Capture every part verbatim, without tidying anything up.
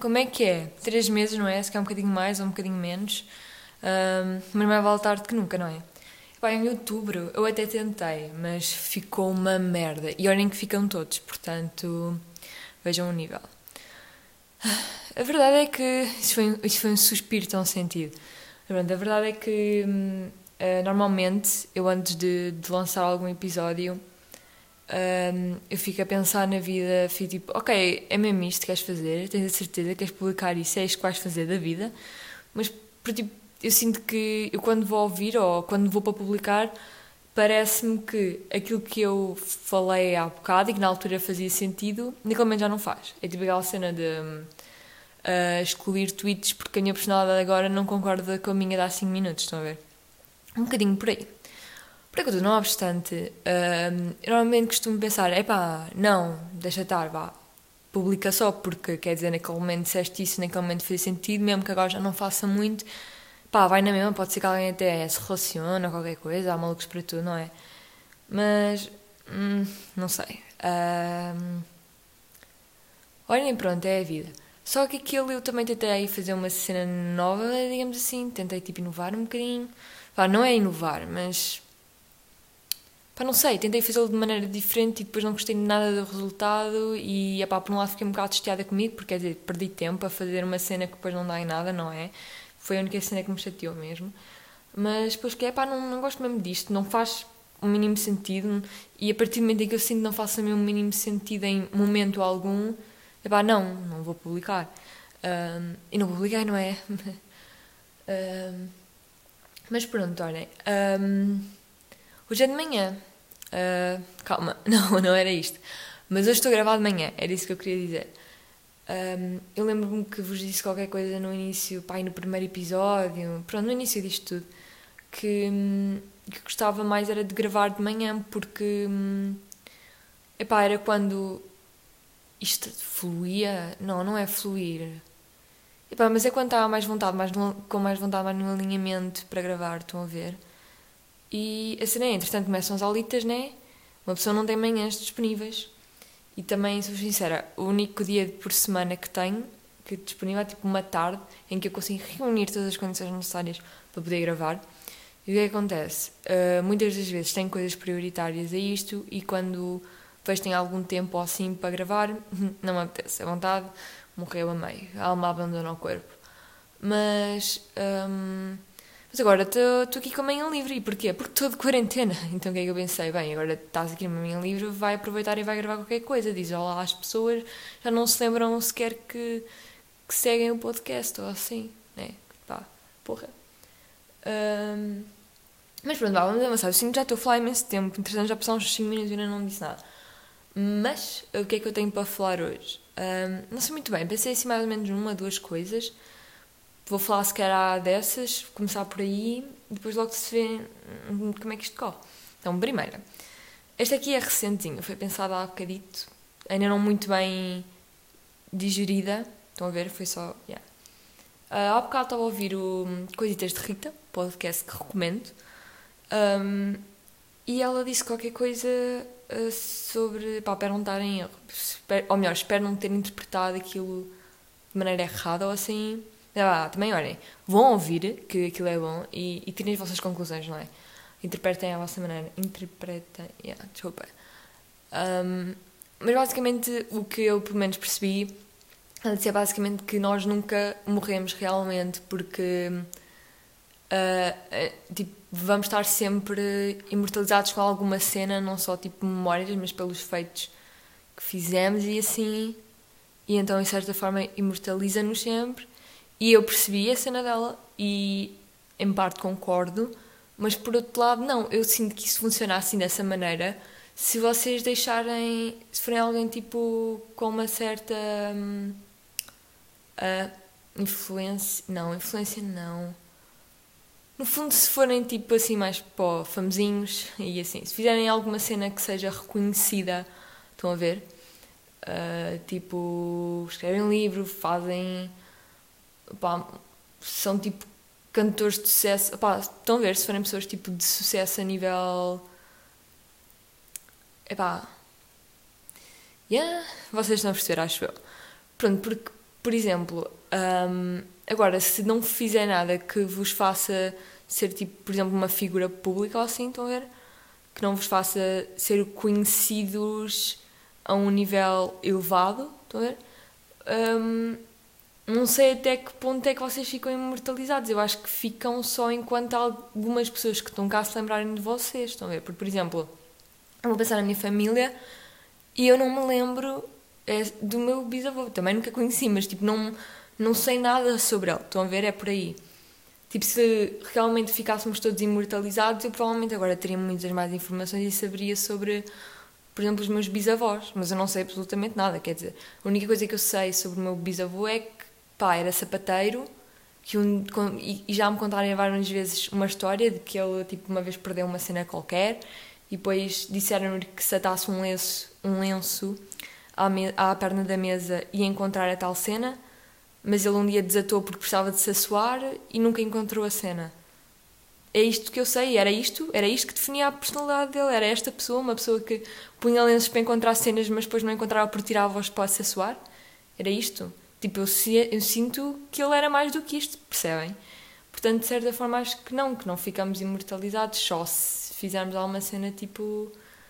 como é que é? Três meses, não é? Se quer um bocadinho mais ou um bocadinho menos. Um, mas mais vale tarde que nunca, não é? Pá, em outubro eu até tentei, mas ficou uma merda. E olhem que ficam todos, portanto, vejam o nível. A verdade é que isso foi, isso foi um suspiro tão sentido. A verdade é que hum, uh, normalmente eu antes de, de lançar algum episódio um, eu fico a pensar na vida, fico tipo, ok, é mesmo isto que queres fazer, tens a certeza que queres publicar isso, é isto que vais fazer da vida, mas por, tipo, eu sinto que eu quando vou ouvir ou quando vou para publicar parece-me que aquilo que eu falei há bocado e que na altura fazia sentido, naquele momento já não faz. É tipo aquela cena de uh, excluir tweets porque a minha personalidade agora não concorda com a minha de há cinco minutos, estão a ver? Um bocadinho por aí. Por enquanto, não obstante, uh, eu normalmente costumo pensar, epá, não, deixa estar, vá, publica só porque, quer dizer, naquele momento disseste isso, naquele momento fez sentido, mesmo que agora já não faça muito, pá, vai na mesma, pode ser que alguém até se relacione ou qualquer coisa, há malucos para tudo, não é? Mas, hum, não sei. Um, olhem, pronto, é a vida. Só que aquilo eu também tentei fazer uma cena nova, digamos assim, tentei tipo inovar um bocadinho. Pá, não é inovar, mas... Pá, não sei, tentei fazê-lo de maneira diferente e depois não gostei nada do resultado e, epá, por um lado fiquei um bocado chateada comigo, porque, quer dizer, perdi tempo a fazer uma cena que depois não dá em nada, não é? Foi a única cena que me chateou mesmo. Mas depois que é, pá, não, não gosto mesmo disto, não faz o mínimo sentido e a partir do momento em que eu sinto que não faça o mínimo sentido em momento algum, epá, não, não vou publicar. Um, e não publiquei, não é? um, mas pronto, olhem... Um, hoje é de manhã. Uh, calma, não, não era isto. Mas hoje estou a gravar de manhã, era isso que eu queria dizer. Um, eu lembro-me que vos disse qualquer coisa no início, pá, no primeiro episódio, pronto, no início disto tudo, que, que gostava mais era de gravar de manhã, porque, epá, era quando isto fluía, não, não é fluir, epá, mas é quando estava mais vontade, mais no, com mais vontade, mais no alinhamento para gravar, estão a ver? E a cena é, entretanto, começam as aulitas, né? Uma pessoa não tem manhãs disponíveis. E também, sou sincera, o único dia por semana que tenho, que disponível é tipo uma tarde, em que eu consigo reunir todas as condições necessárias para poder gravar. E o que é que acontece? Uh, muitas das vezes tenho coisas prioritárias a isto e quando vejo que tenho algum tempo ou assim para gravar, não me apetece. A vontade morreu a meio. A alma abandona o corpo. Mas... Um, Mas agora estou aqui com a manhã livre. E porquê? Porque estou de quarentena. Então o que é que eu pensei? Bem, agora estás aqui na manhã livre, vai aproveitar e vai gravar qualquer coisa. Diz olá às pessoas, já não se lembram sequer que, que seguem o podcast ou assim, né? Pá, porra. Um, mas pronto, vá, vamos avançar. Eu sinto que já estou a falar imenso tempo. Entretanto, já passaram uns cinco minutos e ainda não disse nada. Mas o que é que eu tenho para falar hoje? Um, não sei muito bem. Pensei assim mais ou menos numa, duas coisas. Vou falar se calhar dessas, começar por aí, depois logo se vê como é que isto corre. Então, primeira, esta aqui é recentinha, foi pensada há bocadito, ainda não muito bem digerida, estão a ver, foi só... Yeah. Uh, há bocado estava a ouvir o Coisitas de Rita, podcast que recomendo, um, e ela disse qualquer coisa uh, sobre, pá, para não estar em erro, ou melhor, espero não ter interpretado aquilo de maneira errada ou assim... Ah, também olhem, vão ouvir que aquilo é bom e, e tirem as vossas conclusões, não é? Interpretem à vossa maneira. Interpretem. Yeah, desculpa. Um, mas basicamente o que eu pelo menos percebi é basicamente que nós nunca morremos realmente porque uh, uh, tipo, vamos estar sempre imortalizados com alguma cena, não só tipo memórias, mas pelos feitos que fizemos e assim. E então, de certa forma, imortaliza-nos sempre. E eu percebi a cena dela e, em parte, concordo, mas, por outro lado, não. Eu sinto que isso funciona assim, dessa maneira, se vocês deixarem... Se forem alguém, tipo, com uma certa... Hum, uh, influência... Não, influência não. No fundo, se forem, tipo, assim, mais, pô, famosinhos e assim. Se fizerem alguma cena que seja reconhecida, estão a ver? Uh, tipo, escrevem um livro, fazem... Pá, são tipo cantores de sucesso. Pá, estão a ver se forem pessoas tipo de sucesso a nível. Epá. Yeah, vocês estão a perceber, acho eu. Pronto, porque por exemplo, um, agora, se não fizer nada que vos faça ser, tipo, por exemplo, uma figura pública ou assim, estão a ver? Que não vos faça ser conhecidos a um nível elevado, estão a ver? Um, não sei até que ponto é que vocês ficam imortalizados. Eu acho que ficam só enquanto algumas pessoas que estão cá se lembrarem de vocês, estão a ver? Porque, por exemplo, eu vou pensar na minha família e eu não me lembro é, do meu bisavô. Também nunca conheci, mas tipo, não, não sei nada sobre ele. Estão a ver? É por aí. Tipo, se realmente ficássemos todos imortalizados, eu provavelmente agora teria muitas mais informações e saberia sobre, por exemplo, os meus bisavós. Mas eu não sei absolutamente nada. Quer dizer, a única coisa que eu sei sobre o meu bisavô é que, pá, era sapateiro que um, e, e já me contaram várias vezes uma história de que ele, tipo, uma vez perdeu uma cena qualquer e depois disseram-lhe que se atasse um lenço, um lenço à, me, à perna da mesa ia encontrar a tal cena. Mas ele um dia desatou porque precisava de se assoar e nunca encontrou a cena. É isto que eu sei, era isto, era isto que definia a personalidade dele, era esta pessoa, uma pessoa que punha lenços para encontrar cenas, mas depois não encontrava porque tirava-os para se assoar. Era isto. Tipo, eu, eu sinto que ele era mais do que isto, percebem? Portanto, de certa forma, acho que não, que não ficamos imortalizados, só se fizermos alguma cena, tipo,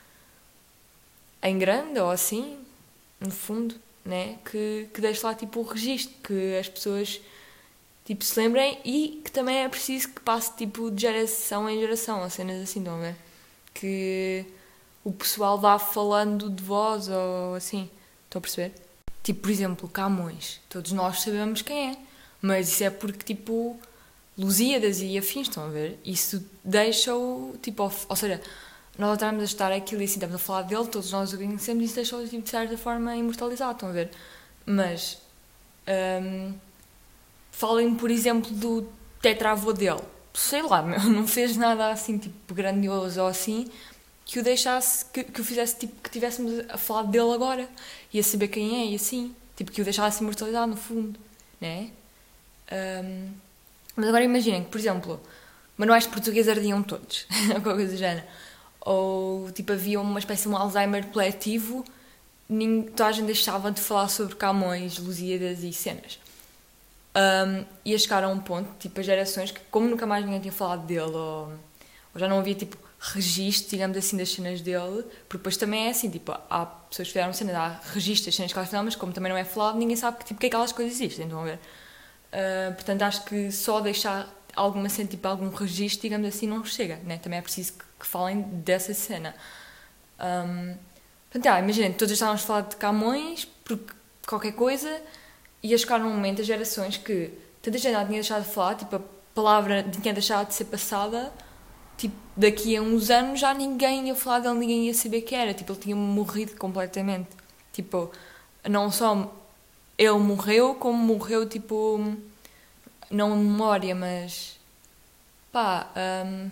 em grande ou assim, no fundo. Né? Que, que deixe lá tipo o registro, que as pessoas tipo, se lembrem e que também é preciso que passe tipo, de geração em geração, a cenas assim, estão a ver? Que o pessoal vá falando de vós ou assim, estão a perceber? Tipo, por exemplo, Camões, todos nós sabemos quem é, mas isso é porque tipo Lusíadas e afins, estão a ver? Isso deixa-o, tipo, ou seja, nós estamos a estar aquilo e assim, estamos a falar dele, todos nós o conhecemos e isso deixou-o de certa forma imortalizado, estão a ver? Mas um, falem, por exemplo, do tetravô dele. Sei lá, meu, não fez nada assim, tipo, grandioso ou assim, que o deixasse, que, que o fizesse, tipo, que tivéssemos a falar dele agora e a saber quem é e assim, tipo, que o deixasse imortalizado no fundo, né? Um, mas agora imaginem que, por exemplo, manuais de português ardiam todos, alguma coisa do género. Ou tipo havia uma espécie de um Alzheimer coletivo, toda a gente deixava de falar sobre Camões, Lusíadas e cenas. Um, ia chegar a um ponto, tipo as gerações, que como nunca mais ninguém tinha falado dele, ou, ou já não havia tipo registro, digamos assim, das cenas dele, porque depois também é assim, tipo, há pessoas que fizeram cenas, há registros das cenas que elas fizeram, mas como também não é falado, ninguém sabe que, tipo, que aquelas coisas existem, estão a ver? Uh, portanto, acho que só deixar alguma cena, tipo, algum registro, digamos assim, não chega, né? Também é preciso que que falem dessa cena. Um, portanto, ah, imaginem, todos estávamos a falar de Camões, porque qualquer coisa, ia chegar num momento as gerações que tanta gente já tinha deixado de falar, tipo, a palavra tinha deixado de ser passada, tipo, daqui a uns anos já ninguém ia falar dele, ninguém ia saber que era, tipo, ele tinha morrido completamente. Tipo, não só ele morreu, como morreu, tipo, não memória, mas, pá, um,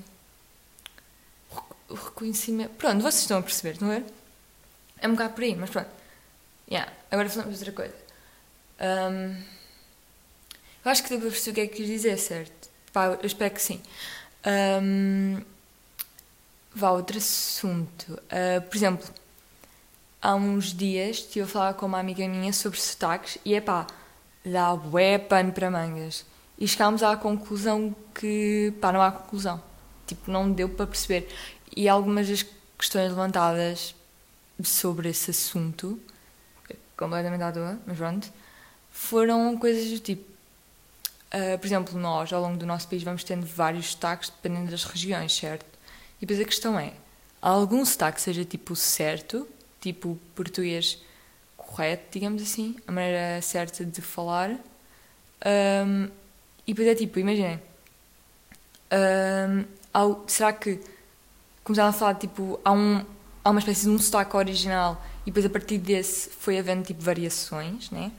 o reconhecimento. Pronto, vocês estão a perceber, não é? É um bocado por aí, mas pronto. Yeah. Agora falamos de outra coisa. Um, eu acho que deu para perceber o que é que quis dizer, certo? Pá, eu espero que sim. Um, vá, outro assunto. Uh, por exemplo, há uns dias estive a falar com uma amiga minha sobre sotaques e é pá, dá bué pano para mangas. E chegámos à conclusão que, pá, não há conclusão. Tipo, não deu para perceber. E algumas das questões levantadas sobre esse assunto, completamente à toa, mas pronto, foram coisas do tipo, uh, por exemplo, nós, ao longo do nosso país, vamos tendo vários sotaques dependendo das regiões, certo? E depois a questão é, há algum sotaque que seja tipo certo, tipo português correto, digamos assim, a maneira certa de falar, um, e depois é tipo, imaginem, um, ao, será que começaram a falar, tipo, há, um, há uma espécie de um sotaque original e depois a partir desse foi havendo, tipo, variações, né?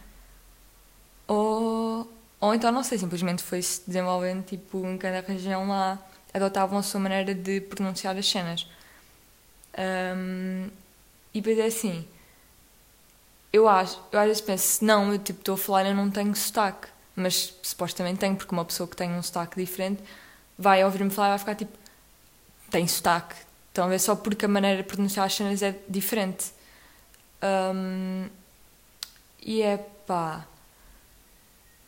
Ou, ou então, não sei, simplesmente foi-se desenvolvendo, tipo, em cada região lá adotavam a sua maneira de pronunciar as cenas. Um, e depois é assim, eu acho, eu às vezes penso, não, eu, tipo, estou a falar, eu não tenho sotaque, mas supostamente tenho, porque uma pessoa que tem um sotaque diferente vai ouvir-me falar e vai ficar, tipo, tem sotaque. Estão a ver, só porque a maneira de pronunciar as cenas é diferente. Um, e é pá.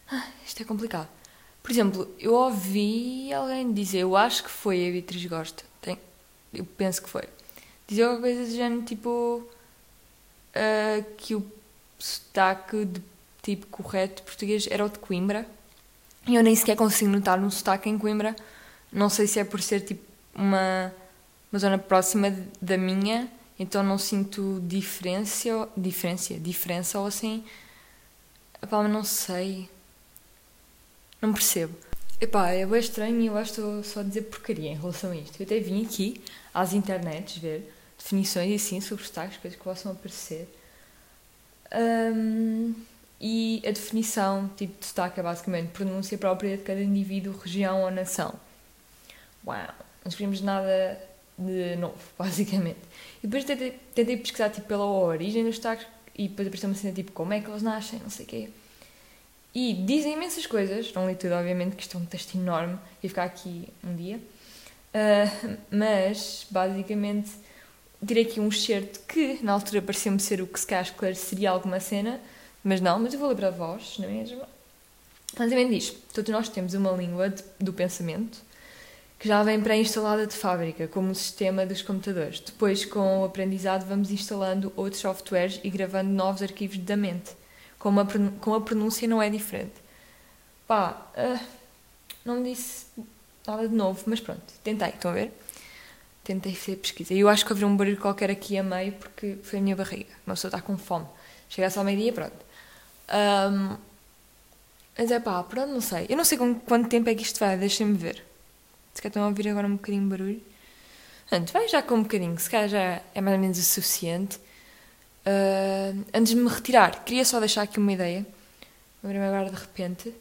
Isto é complicado. Por exemplo, eu ouvi alguém dizer, eu acho que foi a Beatriz Gosta, tem, eu penso que foi, dizer alguma coisa do género, tipo, uh, que o sotaque de tipo correto português era o de Coimbra. E eu nem sequer consigo notar um sotaque em Coimbra. Não sei se é por ser tipo uma, uma zona próxima de, da minha, então não sinto diferença, diferença, diferença ou assim. Epá, mas não sei. Não percebo. Epá, é bem estranho e eu acho que estou só a dizer porcaria em relação a isto. Eu até vim aqui às internets ver definições e assim sobre sotaques, coisas que possam aparecer. Um, e a definição tipo de sotaque é basicamente pronúncia própria de cada indivíduo, região ou nação. Uau! Não descobrimos nada de novo, basicamente. E depois tentei, tentei pesquisar tipo, pela origem dos sotaques e depois apareceu uma cena tipo como é que eles nascem, não sei o quê. E dizem imensas coisas, não li tudo obviamente, que isto é um texto enorme, ia ficar aqui um dia. Uh, mas, basicamente, tirei aqui um excerto que na altura parecia-me ser o que se calhar esclareceria alguma cena, mas não, mas eu vou ler para vós, não é mesmo? Basicamente diz, todos nós temos uma língua de, do pensamento que já vem pré-instalada de fábrica, como o sistema dos computadores. Depois, com o aprendizado, vamos instalando outros softwares e gravando novos arquivos da mente. Com a, com a pronúncia não é diferente. Pá, uh, não me disse nada de novo, mas pronto, tentei, estão a ver? Tentei fazer pesquisa. E eu acho que ouvi um barulho qualquer aqui a meio porque foi a minha barriga. Uma pessoa está com fome. Chega-se ao meio-dia, pronto. Um, mas é pá, pronto, não sei. Eu não sei com quanto tempo é que isto vai, deixem-me ver. Se calhar estão a ouvir agora um bocadinho de barulho. Portanto, vai já com um bocadinho, se calhar já é mais ou menos o suficiente. Uh, antes de me retirar, queria só deixar aqui uma ideia. Lembrei-me agora de repente.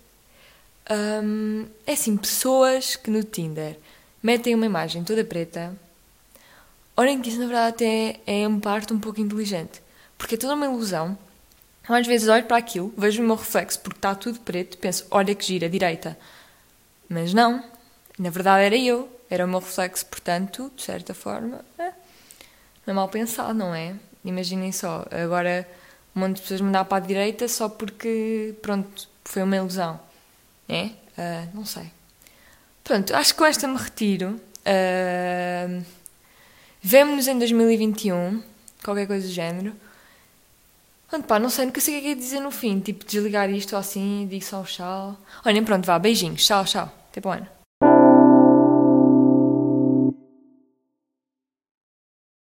Um, é assim, pessoas que no Tinder metem uma imagem toda preta. Olhem que isso na verdade até é em parte um pouco inteligente. Porque é toda uma ilusão. Eu às vezes olho para aquilo, vejo o meu reflexo porque está tudo preto, penso, olha que gira, direita. Mas não. Na verdade era eu. Era o meu reflexo, portanto, de certa forma, é, não é mal pensado, não é? Imaginem só, agora um monte de pessoas me dá para a direita só porque, pronto, foi uma ilusão. É? Uh, não sei. Pronto, acho que com esta me retiro. Uh, Vemo-nos em dois mil e vinte e um, qualquer coisa do género. Pronto, pá, não sei, nunca sei o que é que é dizer no fim. Tipo, desligar isto ou assim, digo só o tchau. Olhem, pronto, vá, beijinhos, tchau, tchau. Até para o ano.